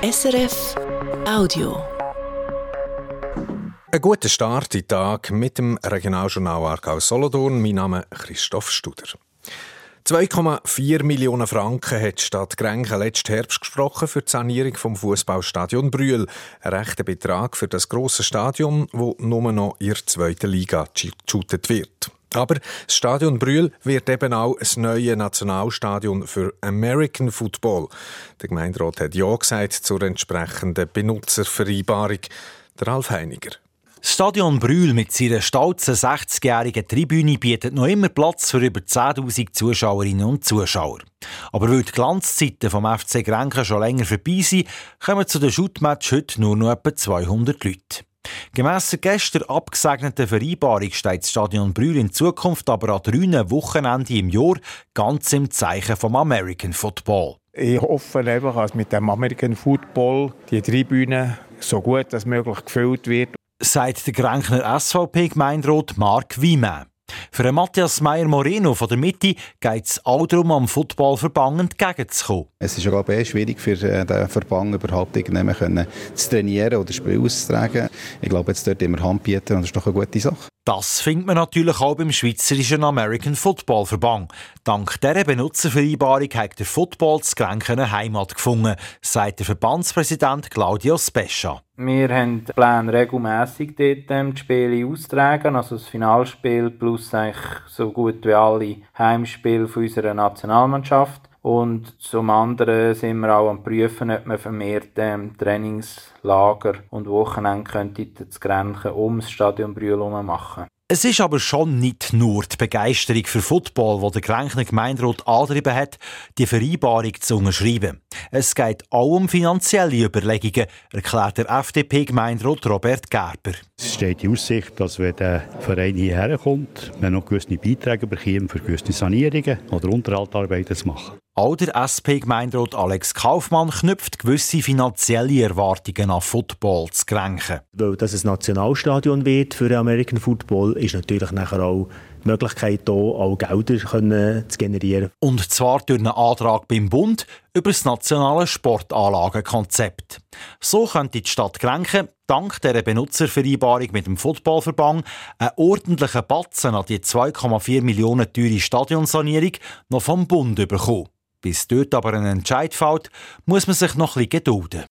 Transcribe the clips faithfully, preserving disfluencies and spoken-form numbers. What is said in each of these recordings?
S R F Audio. Ein guter Start in den Tag mit dem Regionaljournal Aargau Solothurn. Mein Name ist Christoph Studer. zwei Komma vier Millionen Franken hat die Stadt Grenchen letzten Herbst gesprochen für die Sanierung vom Fußballstadion Brühl. Ein rechter Betrag für das grosse Stadion, das nur noch in der zweiten Liga geshootet wird. Aber das Stadion Brühl wird eben auch ein neues Nationalstadion für American Football. Der Gemeinderat hat ja gesagt zur entsprechenden Benutzervereinbarung. Der Ralf Heiniger. Das Stadion Brühl mit seiner stolzen sechzigjährigen Tribüne bietet noch immer Platz für über zehntausend Zuschauerinnen und Zuschauer. Aber weil die Glanzzeiten vom F C Grenchen schon länger vorbei sind, kommen zu den Shootmatch heute nur noch etwa zweihundert Leute. Gemäss der gestern abgesegneten Vereinbarung steht das Stadion Brühl in Zukunft aber an drei Wochenenden im Jahr ganz im Zeichen vom American Football. Ich hoffe einfach, dass mit dem American Football die Tribüne so gut als möglich gefüllt wird, sagt der Grenchner S V P-Gemeinderat Marc Wiemann. Für Matthias Meyer-Moreno von der Mitte geht es auch darum, am Footballverband entgegenzukommen. Es ist ja glaube ich schwierig für den Verband überhaupt irgendjemanden zu trainieren oder Spiel auszutragen. Ich glaube, jetzt dort immer Hand bieten und das ist doch eine gute Sache. Das findet man natürlich auch beim Schweizerischen American Football Verband. Dank dieser Benutzervereinbarung hat der Football zu Grenchen eine Heimat gefunden, sagt der Verbandspräsident Claudio Spescia. Wir haben Pläne, regelmässig dort die Spiele auszutragen, also das Finalspiel plus eigentlich so gut wie alle Heimspiele von unserer Nationalmannschaft. Und zum anderen sind wir auch am Prüfen, ob man vermehrt ähm, Trainingslager und Wochenende könnte das Grenchen um das Stadion Brühl herum machen. Es ist aber schon nicht nur die Begeisterung für Football, die der Grenchner Gemeinderat angetrieben hat, die Vereinbarung zu unterschreiben. Es geht auch um finanzielle Überlegungen, erklärt der F D P-Gemeinderat Robert Gerber. Es steht in Aussicht, dass wenn der Verein hierher kommt, wir noch gewisse Beiträge bekommen für gewisse Sanierungen oder Unterhaltarbeiten zu machen. Auch der S P-Gemeinderat Alex Kaufmann knüpft gewisse finanzielle Erwartungen an Football zu Grenchen. Weil das ein Nationalstadion wird für den American Football, ist natürlich nachher auch die Möglichkeit, hier auch Gelder können zu generieren. Und zwar durch einen Antrag beim Bund über das nationale Sportanlagenkonzept. So könnte die Stadt Grenchen dank dieser Benutzervereinbarung mit dem Footballverband einen ordentlichen Batzen an die zwei Komma vier Millionen teure Stadionsanierung noch vom Bund bekommen. Bis dort aber ein Entscheid fällt, muss man sich noch ein bisschen gedulden.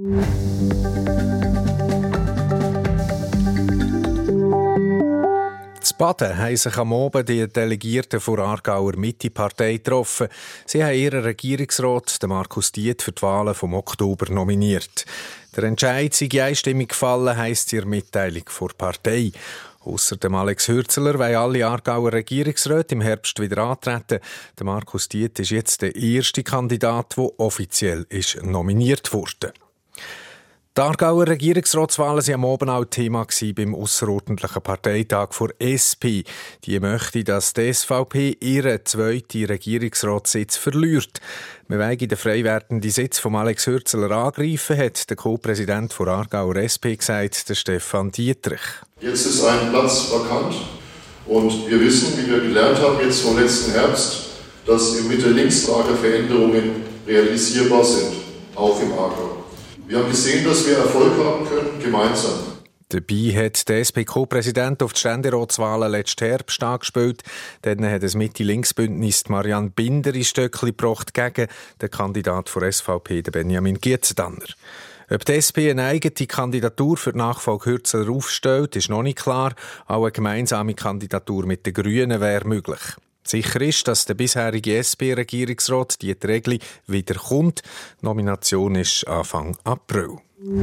In Baden haben sich am Abend die Delegierten der Aargauer Mitte-Partei getroffen. Sie haben ihren Regierungsrat, Markus Diet, für die Wahlen vom Oktober nominiert. Der Entscheid sei einstimmig gefallen, heisst in der Mitteilung der Partei. Ausser dem Alex Hürzeler wollen alle Aargauer Regierungsräte im Herbst wieder antreten. Der Markus Diet ist jetzt der erste Kandidat, der offiziell ist nominiert wurde. Die Aargauer Regierungsratswahlen waren am Abend auch Thema beim ausserordentlichen Parteitag der S P. Die möchte, dass die S V P ihren zweiten Regierungsratssitz verliert. Wir wollen den frei werdenden Sitz von Alex Hürzeler angreifen, hat der Co-Präsident der Aargauer S P gesagt, der Stefan Dietrich. Jetzt ist ein Platz vakant und wir wissen, wie wir gelernt haben jetzt vom letzten Herbst, dass im Mitte-Links-Lager Veränderungen realisierbar sind, auch im Aargau. Wir haben gesehen, dass wir Erfolg haben können, gemeinsam. Dabei hat der S P-Co-Präsident auf die Ständeratswahlen letzten Herbst angespielt. Dann hat das Mitte-Links-Bündnis Marianne Binder in Stöckli gebracht gegen den Kandidat der S V P, Benjamin Gietzendanner. Ob die S P eine eigene Kandidatur für die Nachfolge Hürzeler aufstellt, ist noch nicht klar. Auch eine gemeinsame Kandidatur mit den Grünen wäre möglich. Sicher ist, dass der bisherige S P-Regierungsrat die Regel wieder kommt. Die Nomination ist Anfang April.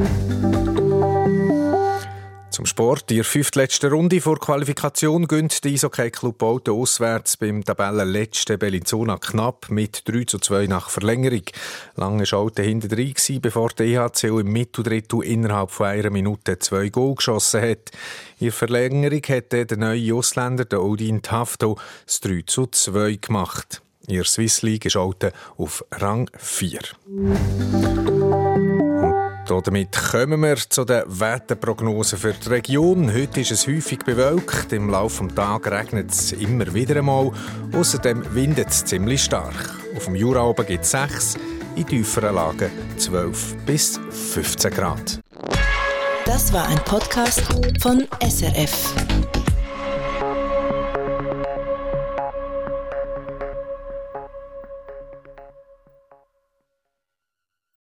Zum Sport. In der fünftletzten Runde vor Qualifikation gönnt der Eishockey-Club Olten auswärts beim Tabellenletzten Bellinzona knapp mit drei zu zwei nach Verlängerung. Lange war Olten hinten drin, bevor der E H C im Mitteldrittel innerhalb von einer Minute zwei Goal geschossen hat. In der Verlängerung hat der neue Ausländer, der Odin Tafto, das drei zu zwei gemacht. In der Swiss League ist Olten auf Rang vier. Damit kommen wir zu den Wetterprognosen für die Region. Heute ist es häufig bewölkt. Im Laufe des Tages regnet es immer wieder einmal. Außerdem windet es ziemlich stark. Auf dem Jura oben gibt es sechs, in tieferen Lagen zwölf bis fünfzehn Grad. Das war ein Podcast von S R F.